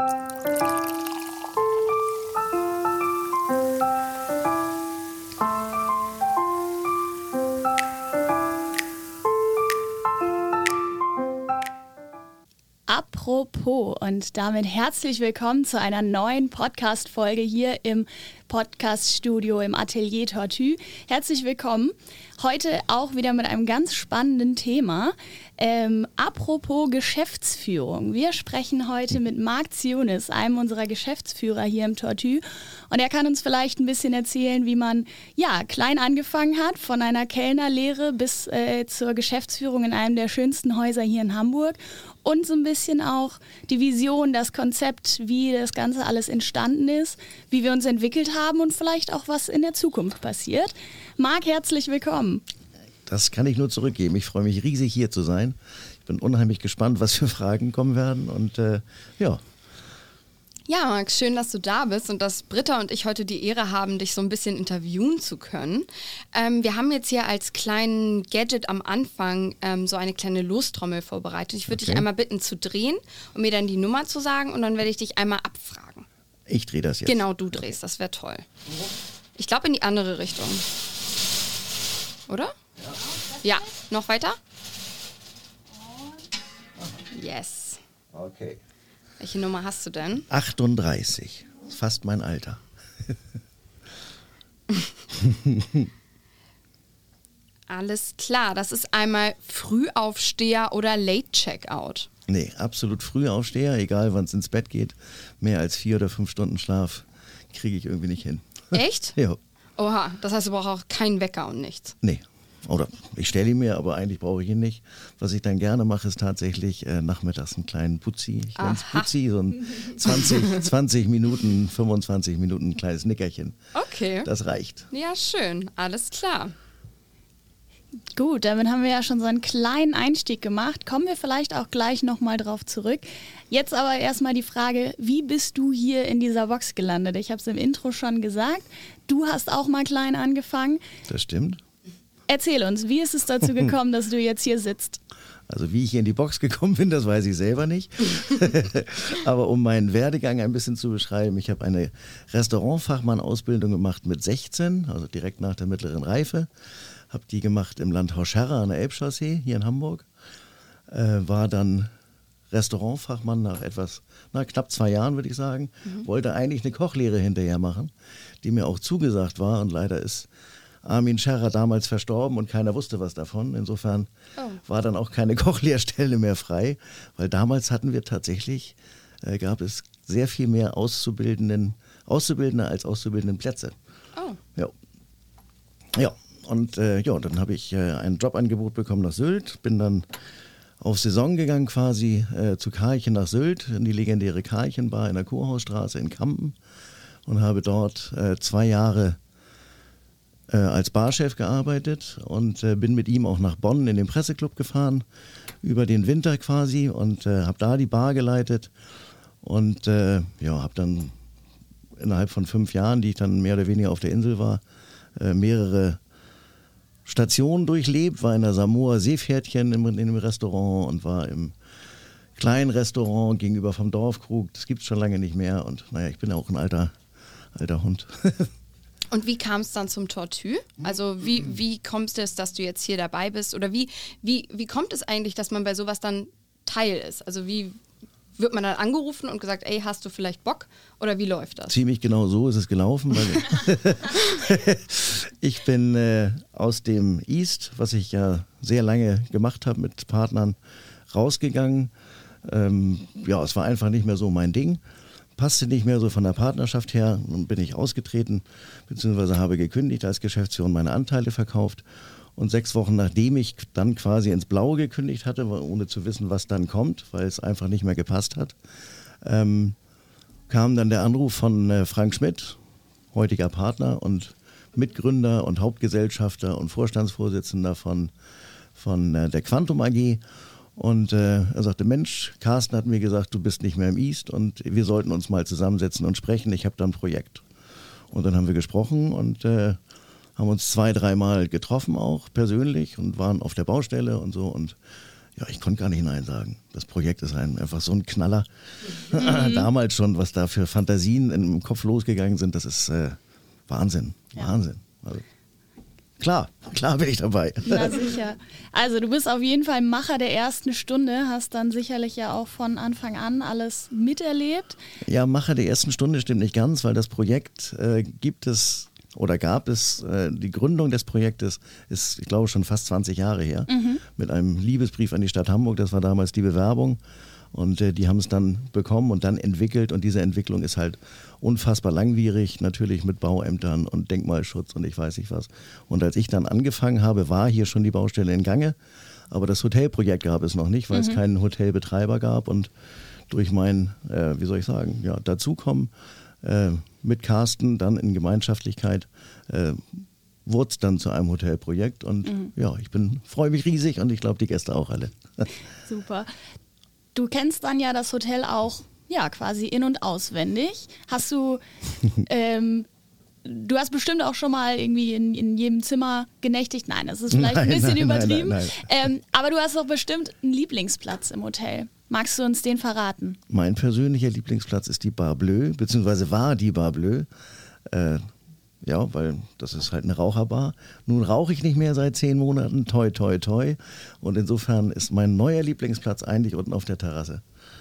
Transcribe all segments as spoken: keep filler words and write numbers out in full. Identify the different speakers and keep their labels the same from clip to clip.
Speaker 1: Apropos und damit herzlich willkommen zu einer neuen Podcast-Folge hier im Podcast-Studio im Atelier Tortue. Herzlich willkommen. Heute auch wieder mit einem ganz spannenden Thema. Ähm, apropos Geschäftsführung. Wir sprechen heute mit Marc Zionis, einem unserer Geschäftsführer hier im Tortue. Und er kann uns vielleicht ein bisschen erzählen, wie man ja klein angefangen hat, von einer Kellnerlehre bis äh, zur Geschäftsführung in einem der schönsten Häuser hier in Hamburg. Und so ein bisschen auch die Vision, das Konzept, wie das Ganze alles entstanden ist, wie wir uns entwickelt haben und vielleicht auch, was in der Zukunft passiert. Marc, herzlich willkommen.
Speaker 2: Das kann ich nur zurückgeben. Ich freue mich riesig, hier zu sein. Ich bin unheimlich gespannt, was für Fragen kommen werden. Und äh, ja.
Speaker 3: Ja, Marc, schön, dass du da bist und dass Britta und ich heute die Ehre haben, dich so ein bisschen interviewen zu können. Ähm, wir haben jetzt hier als kleinen Gadget am Anfang ähm, so eine kleine Lostrommel vorbereitet. Ich würde
Speaker 2: Okay.
Speaker 3: dich einmal bitten zu drehen und mir dann die Nummer zu sagen und dann werde ich dich einmal abfragen.
Speaker 2: Ich drehe das jetzt.
Speaker 3: Genau, du drehst, das wäre toll. Ich glaube in die andere Richtung. Oder? Ja. Ja, noch weiter? Yes.
Speaker 2: Okay.
Speaker 3: Welche Nummer hast du denn?
Speaker 2: achtunddreißig. Fast mein Alter.
Speaker 3: Alles klar, das ist einmal Frühaufsteher oder Late Checkout.
Speaker 2: Nee, absolut Frühaufsteher, egal wann es ins Bett geht. Mehr als vier oder fünf Stunden Schlaf kriege ich irgendwie nicht hin.
Speaker 3: Echt?
Speaker 2: Ja.
Speaker 3: Oha, das heißt, du brauchst auch keinen Wecker und nichts.
Speaker 2: Nee. Oder ich stelle ihn mir, aber eigentlich brauche ich ihn nicht. Was ich dann gerne mache, ist tatsächlich äh, nachmittags einen kleinen Putzi. Ich nenne es
Speaker 3: Aha.
Speaker 2: Putzi, so ein zwanzig, zwanzig Minuten, fünfundzwanzig Minuten ein kleines Nickerchen.
Speaker 3: Okay.
Speaker 2: Das reicht.
Speaker 3: Ja, schön. Alles klar.
Speaker 1: Gut, damit haben wir ja schon so einen kleinen Einstieg gemacht. Kommen wir vielleicht auch gleich nochmal drauf zurück. Jetzt aber erstmal die Frage, wie bist du hier in dieser Box gelandet? Ich habe es im Intro schon gesagt. Du hast auch mal klein angefangen.
Speaker 2: Das stimmt.
Speaker 1: Erzähl uns, wie ist es dazu gekommen, dass du jetzt hier sitzt?
Speaker 2: Also wie ich hier in die Box gekommen bin, das weiß ich selber nicht. Aber um meinen Werdegang ein bisschen zu beschreiben, ich habe eine Restaurantfachmann-Ausbildung gemacht mit sechzehn, also direkt nach der mittleren Reife. Habe die gemacht im Landhaus Scherrer an der Elbchaussee hier in Hamburg. Äh, war dann Restaurantfachmann nach etwas, na, knapp zwei Jahren würde ich sagen. Mhm. Wollte eigentlich eine Kochlehre hinterher machen, die mir auch zugesagt war. Und leider ist Armin Scherrer damals verstorben und keiner wusste was davon. Insofern oh. war dann auch keine Kochlehrstelle mehr frei, weil damals hatten wir tatsächlich, äh, gab es sehr viel mehr Auszubildenden, Auszubildende als Auszubildenden Plätze.
Speaker 3: Oh.
Speaker 2: Ja. Ja, und äh, ja, dann habe ich äh, ein Jobangebot bekommen nach Sylt, bin dann auf Saison gegangen quasi äh, zu Karlchen nach Sylt, in die legendäre Karlchenbar in der Kurhausstraße in Kampen und habe dort äh, zwei Jahre Äh, als Barchef gearbeitet und äh, bin mit ihm auch nach Bonn in den Presseclub gefahren, über den Winter quasi, und äh, habe da die Bar geleitet und äh, ja, habe dann innerhalb von fünf Jahren, die ich dann mehr oder weniger auf der Insel war, äh, mehrere Stationen durchlebt, war in der Samoa Seepferdchen im, in dem Restaurant und war im kleinen Restaurant gegenüber vom Dorfkrug, das gibt es schon lange nicht mehr und naja, ich bin auch ein alter, alter Hund.
Speaker 3: Und wie kam es dann zum Tortue? Also wie, wie kommt es, dass du jetzt hier dabei bist? Oder wie, wie, wie kommt es eigentlich, dass man bei sowas dann Teil ist? Also wie wird man dann angerufen und gesagt, ey, hast du vielleicht Bock? Oder wie läuft das?
Speaker 2: Ziemlich genau so ist es gelaufen. Weil ich bin äh, aus dem East, was ich ja sehr lange gemacht habe mit Partnern, rausgegangen. Ähm, ja, es war einfach nicht mehr so mein Ding. Passte nicht mehr so von der Partnerschaft her, dann bin ich ausgetreten, beziehungsweise habe gekündigt als Geschäftsführer, meine Anteile verkauft. Und sechs Wochen nachdem ich dann quasi ins Blaue gekündigt hatte, ohne zu wissen, was dann kommt, weil es einfach nicht mehr gepasst hat, ähm, kam dann der Anruf von äh, Frank Schmidt, heutiger Partner und Mitgründer und Hauptgesellschafter und Vorstandsvorsitzender von, von äh, der Quantum A G. Und äh, er sagte, Mensch, Carsten hat mir gesagt, du bist nicht mehr im East und wir sollten uns mal zusammensetzen und sprechen. Ich habe da ein Projekt. Und dann haben wir gesprochen und äh, haben uns zwei, dreimal getroffen auch persönlich und waren auf der Baustelle und so. Und ja, ich konnte gar nicht Nein sagen. Das Projekt ist ein, einfach so ein Knaller. Mhm. Damals schon, was da für Fantasien im Kopf losgegangen sind, das ist äh, Wahnsinn, ja. Wahnsinn. Also, klar, klar bin ich dabei.
Speaker 1: Na sicher. Also du bist auf jeden Fall Macher der ersten Stunde, hast dann sicherlich ja auch von Anfang an alles miterlebt.
Speaker 2: Ja, Macher der ersten Stunde stimmt nicht ganz, weil das Projekt äh, gibt es oder gab es, äh, die Gründung des Projektes ist, ich glaube, schon fast zwanzig Jahre her, mhm. mit einem Liebesbrief an die Stadt Hamburg, das war damals die Bewerbung. Und äh, die haben es dann bekommen und dann entwickelt und diese Entwicklung ist halt unfassbar langwierig, natürlich mit Bauämtern und Denkmalschutz und ich weiß nicht was. Und als ich dann angefangen habe, war hier schon die Baustelle in Gange, aber das Hotelprojekt gab es noch nicht, weil mhm. es keinen Hotelbetreiber gab und durch mein, äh, wie soll ich sagen, ja, Dazukommen äh, mit Carsten dann in Gemeinschaftlichkeit äh, wurde es dann zu einem Hotelprojekt und mhm. ja, ich bin freue mich riesig und ich glaube, die Gäste auch alle.
Speaker 1: Super. Du kennst dann ja das Hotel auch, ja, quasi in- und auswendig. Hast du, ähm, du hast bestimmt auch schon mal irgendwie in, in jedem Zimmer genächtigt. Nein, das ist vielleicht
Speaker 2: nein,
Speaker 1: ein bisschen
Speaker 2: nein,
Speaker 1: übertrieben.
Speaker 2: Nein, nein, nein.
Speaker 1: Ähm, aber du hast doch bestimmt einen Lieblingsplatz im Hotel. Magst du uns den verraten?
Speaker 2: Mein persönlicher Lieblingsplatz ist die Bar Bleu, beziehungsweise war die Bar Bleu. Äh, Ja, weil das ist halt eine Raucherbar. Nun rauche ich nicht mehr seit zehn Monaten, toi, toi, toi. Und insofern ist mein neuer Lieblingsplatz eigentlich unten auf der Terrasse.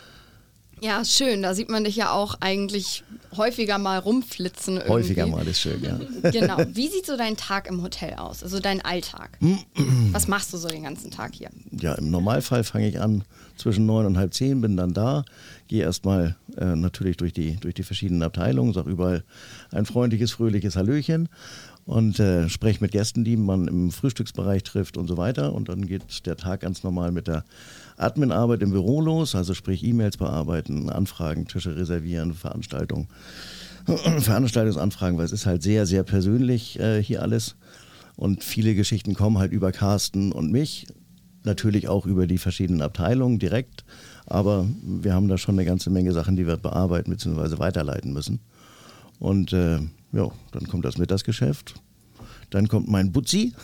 Speaker 3: Ja, schön. Da sieht man dich ja auch eigentlich häufiger mal rumflitzen. Irgendwie.
Speaker 2: Häufiger mal ist schön, ja.
Speaker 3: Genau. Wie sieht so dein Tag im Hotel aus? Also dein Alltag? Was machst du so den ganzen Tag hier?
Speaker 2: Ja, im Normalfall fange ich an zwischen neun und halb zehn, bin dann da, gehe erstmal äh, natürlich durch die, durch die verschiedenen Abteilungen, sage überall ein freundliches, fröhliches Hallöchen und äh, spreche mit Gästen, die man im Frühstücksbereich trifft und so weiter. Und dann geht der Tag ganz normal mit der Adminarbeit im Büro los, also sprich E-Mails bearbeiten, Anfragen, Tische reservieren, Veranstaltungen, Veranstaltungsanfragen, weil es ist halt sehr, sehr persönlich äh, hier alles. Und viele Geschichten kommen halt über Carsten und mich, natürlich auch über die verschiedenen Abteilungen direkt, aber wir haben da schon eine ganze Menge Sachen, die wir bearbeiten bzw. weiterleiten müssen. Und äh, ja, dann kommt das Mittagsgeschäft, dann kommt mein Butzi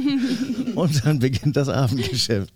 Speaker 2: und dann beginnt das Abendgeschäft.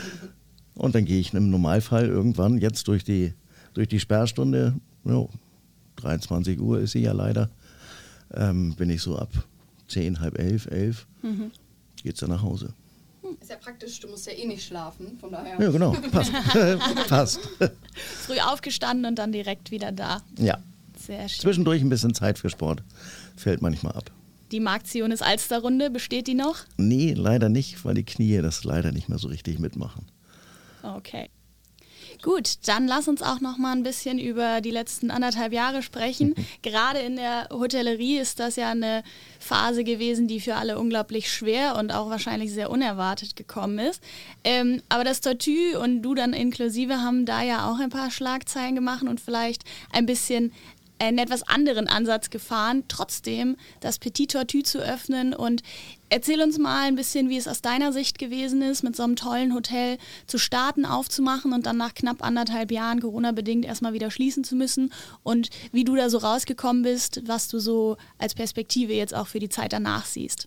Speaker 2: Und dann gehe ich im Normalfall irgendwann jetzt durch die, durch die Sperrstunde, jo, dreiundzwanzig Uhr ist sie ja leider, ähm, bin ich so ab zehn, halb elf, elf, mhm. geht's dann nach Hause.
Speaker 3: Ist ja praktisch, du musst ja eh nicht schlafen, von daher.
Speaker 2: Ja, genau, passt. passt.
Speaker 1: Früh aufgestanden und dann direkt wieder da.
Speaker 2: Ja.
Speaker 1: Sehr schön.
Speaker 2: Zwischendurch ein bisschen Zeit für Sport, fällt manchmal ab.
Speaker 1: Die Marktionis Alsterrunde, besteht die noch?
Speaker 2: Nee, leider nicht, weil die Knie das leider nicht mehr so richtig mitmachen.
Speaker 1: Okay. Gut, dann lass uns auch noch mal ein bisschen über die letzten anderthalb Jahre sprechen. Gerade in der Hotellerie ist das ja eine Phase gewesen, die für alle unglaublich schwer und auch wahrscheinlich sehr unerwartet gekommen ist. Ähm, aber das Tortue und du dann inklusive haben da ja auch ein paar Schlagzeilen gemacht und vielleicht ein bisschen einen etwas anderen Ansatz gefahren, trotzdem das Petit Tortue zu öffnen. Und erzähl uns mal ein bisschen, wie es aus deiner Sicht gewesen ist, mit so einem tollen Hotel zu starten, aufzumachen und dann nach knapp anderthalb Jahren Corona-bedingt erstmal wieder schließen zu müssen und wie du da so rausgekommen bist, was du so als Perspektive jetzt auch für die Zeit danach siehst.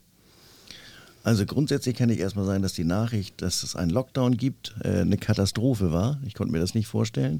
Speaker 2: Also grundsätzlich kann ich erstmal sagen, dass die Nachricht, dass es einen Lockdown gibt, eine Katastrophe war. Ich konnte mir das nicht vorstellen.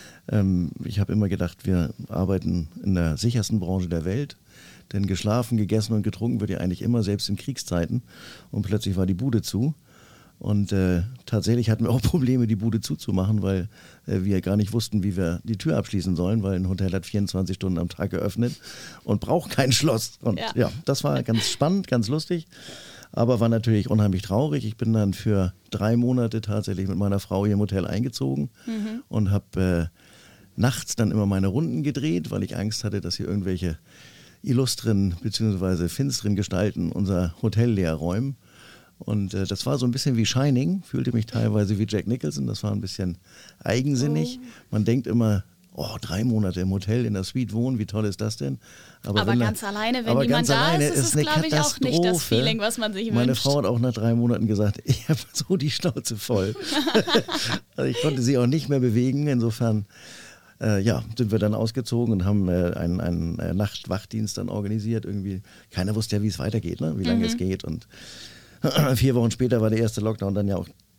Speaker 2: Ich habe immer gedacht, wir arbeiten in der sichersten Branche der Welt, denn geschlafen, gegessen und getrunken wird ja eigentlich immer, selbst in Kriegszeiten. Und plötzlich war die Bude zu. Und äh, tatsächlich hatten wir auch Probleme, die Bude zuzumachen, weil äh, wir gar nicht wussten, wie wir die Tür abschließen sollen, weil ein Hotel hat vierundzwanzig Stunden am Tag geöffnet und braucht kein Schloss. Und ja, ja das war ganz spannend, ganz lustig, aber war natürlich unheimlich traurig. Ich bin dann für drei Monate tatsächlich mit meiner Frau hier im Hotel eingezogen mhm. und habe äh, nachts dann immer meine Runden gedreht, weil ich Angst hatte, dass hier irgendwelche illustren bzw. finsteren Gestalten unser Hotel leer räumen. Und äh, das war so ein bisschen wie Shining, fühlte mich teilweise wie Jack Nicholson, das war ein bisschen eigensinnig. Oh. Man denkt immer, oh, drei Monate im Hotel in der Suite wohnen, wie toll ist das denn?
Speaker 1: Aber, aber ganz da, alleine, wenn niemand da ist, ist es, glaube ich, auch nicht das Feeling, was man sich
Speaker 2: Meine
Speaker 1: wünscht.
Speaker 2: Frau hat auch nach drei Monaten gesagt, ich habe so die Schnauze voll. Also ich konnte sie auch nicht mehr bewegen, insofern Äh, ja, sind wir dann ausgezogen und haben äh, einen, einen äh, Nachtwachdienst dann organisiert. Irgendwie, keiner wusste ja, wie es weitergeht, ne? Wie lange mhm. es geht. Und vier Wochen später war der erste Lockdown dann ja auch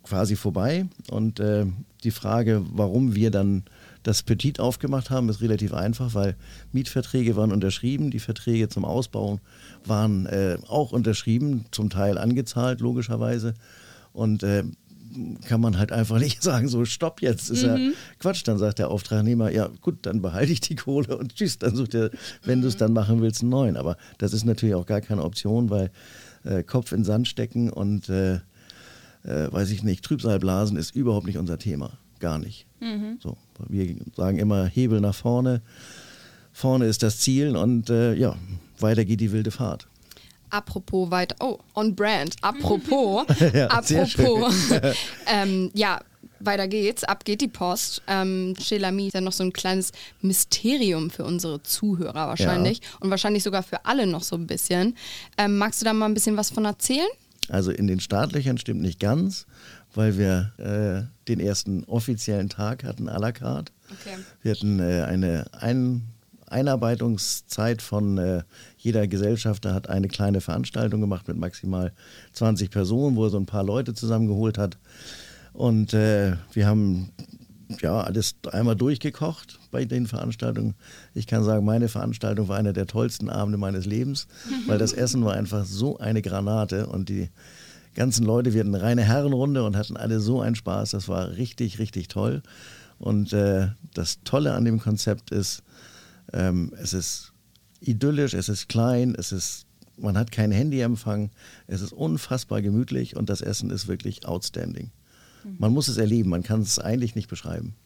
Speaker 2: quasi vorbei. Und äh, die Frage, warum wir dann das Petit aufgemacht haben, ist relativ einfach, weil Mietverträge waren unterschrieben, die Verträge zum Ausbau waren äh, auch unterschrieben, zum Teil angezahlt, logischerweise. Und äh, kann man halt einfach nicht sagen, so stopp jetzt, ist mhm. ja Quatsch. Dann sagt der Auftragnehmer, ja gut, dann behalte ich die Kohle und tschüss, dann sucht er, wenn mhm. du es dann machen willst, einen neuen. Aber das ist natürlich auch gar keine Option, weil äh, Kopf in Sand stecken und äh, äh, weiß ich nicht, Trübsalblasen ist überhaupt nicht unser Thema. Gar nicht. Mhm. So, wir sagen immer Hebel nach vorne. Vorne ist das Ziel und äh, ja, weiter geht die wilde Fahrt.
Speaker 3: Apropos weiter, oh, on brand. Apropos,
Speaker 2: ja,
Speaker 3: apropos, ähm, ja, weiter geht's, ab geht die Post. Ähm, Chez Lamy ist ja noch so ein kleines Mysterium für unsere Zuhörer wahrscheinlich ja. und wahrscheinlich sogar für alle noch so ein bisschen. Ähm, magst du da mal ein bisschen was von erzählen?
Speaker 2: Also in den Startlöchern stimmt nicht ganz, weil wir äh, den ersten offiziellen Tag hatten à la carte. Okay. Wir hatten äh, eine ein Einarbeitungszeit von äh, jeder Gesellschafter hat eine kleine Veranstaltung gemacht mit maximal zwanzig Personen, wo er so ein paar Leute zusammengeholt hat. Und äh, wir haben ja alles einmal durchgekocht bei den Veranstaltungen. Ich kann sagen, meine Veranstaltung war eine der tollsten Abende meines Lebens, weil das Essen war einfach so eine Granate und die ganzen Leute, wir hatten eine reine Herrenrunde und hatten alle so einen Spaß. Das war richtig, richtig toll. Und äh, das Tolle an dem Konzept ist, ähm, es ist idyllisch, es ist klein, es ist, man hat keinen Handyempfang, es ist unfassbar gemütlich und das Essen ist wirklich outstanding. Man muss es erleben, man kann es eigentlich nicht beschreiben.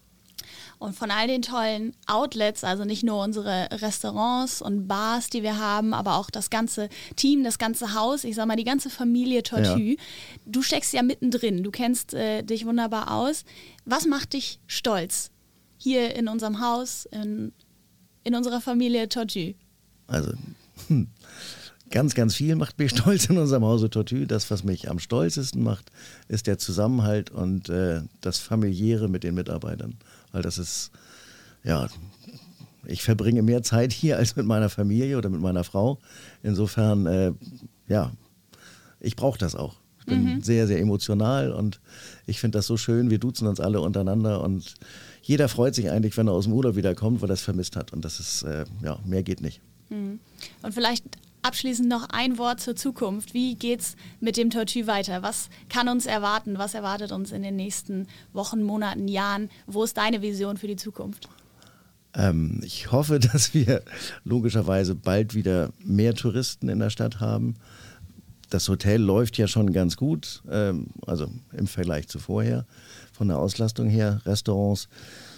Speaker 1: Und von all den tollen Outlets, also nicht nur unsere Restaurants und Bars, die wir haben, aber auch das ganze Team, das ganze Haus, ich sag mal die ganze Familie Tortue. Ja. Du steckst ja mittendrin, du kennst äh, dich wunderbar aus. Was macht dich stolz hier in unserem Haus, in, in unserer Familie Tortue?
Speaker 2: Also hm, ganz, ganz viel macht mich stolz in unserem Hause Tortue. Das, was mich am stolzesten macht, ist der Zusammenhalt und äh, das Familiäre mit den Mitarbeitern. Weil das ist, ja, ich verbringe mehr Zeit hier als mit meiner Familie oder mit meiner Frau. Insofern, äh, ja, ich brauche das auch. Ich bin mhm. sehr, sehr emotional und ich finde das so schön. Wir duzen uns alle untereinander und jeder freut sich eigentlich, wenn er aus dem Urlaub wiederkommt, weil er es vermisst hat. Und das ist, äh, ja, mehr geht nicht.
Speaker 1: Mhm. Und vielleicht abschließend noch ein Wort zur Zukunft. Wie geht's mit dem Tortue weiter? Was kann uns erwarten? Was erwartet uns in den nächsten Wochen, Monaten, Jahren? Wo ist deine Vision für die Zukunft?
Speaker 2: Ähm, ich hoffe, dass wir logischerweise bald wieder mehr Touristen in der Stadt haben. Das Hotel läuft ja schon ganz gut, ähm, also im Vergleich zu vorher, von der Auslastung her. Restaurants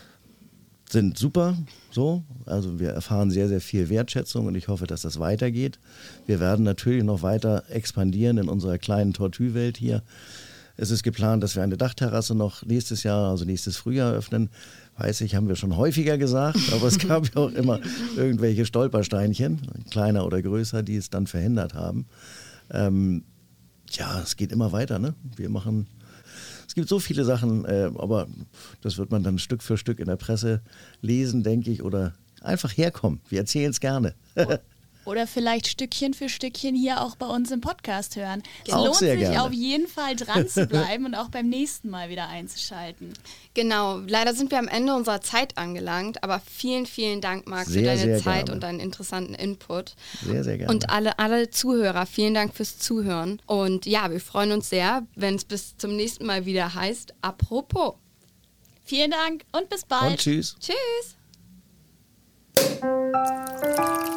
Speaker 2: sind super, so. Also wir erfahren sehr, sehr viel Wertschätzung und ich hoffe, dass das weitergeht. Wir werden natürlich noch weiter expandieren in unserer kleinen Tortue-Welt hier. Es ist geplant, dass wir eine Dachterrasse noch nächstes Jahr, also nächstes Frühjahr öffnen. Weiß ich, haben wir schon häufiger gesagt, aber es gab ja auch immer irgendwelche Stolpersteinchen, kleiner oder größer, die es dann verhindert haben. Ähm, ja, es geht immer weiter, ne? Wir machen... Es gibt so viele Sachen, äh, aber das wird man dann Stück für Stück in der Presse lesen, denke ich, oder einfach herkommen. Wir erzählen es gerne.
Speaker 1: Oder vielleicht Stückchen für Stückchen hier auch bei uns im Podcast hören. Es
Speaker 2: auch
Speaker 1: lohnt
Speaker 2: sehr
Speaker 1: sich
Speaker 2: gerne.
Speaker 1: Auf jeden Fall dran zu bleiben und auch beim nächsten Mal wieder einzuschalten.
Speaker 3: Genau, leider sind wir am Ende unserer Zeit angelangt, aber vielen, vielen Dank, Marc,
Speaker 2: sehr,
Speaker 3: für deine
Speaker 2: sehr
Speaker 3: Zeit
Speaker 2: gerne.
Speaker 3: und deinen interessanten Input.
Speaker 2: Sehr, sehr gerne.
Speaker 3: Und alle, alle Zuhörer, vielen Dank fürs Zuhören. Und ja, wir freuen uns sehr, wenn es bis zum nächsten Mal wieder heißt, apropos.
Speaker 1: Vielen Dank und bis bald.
Speaker 2: Und tschüss.
Speaker 3: Tschüss.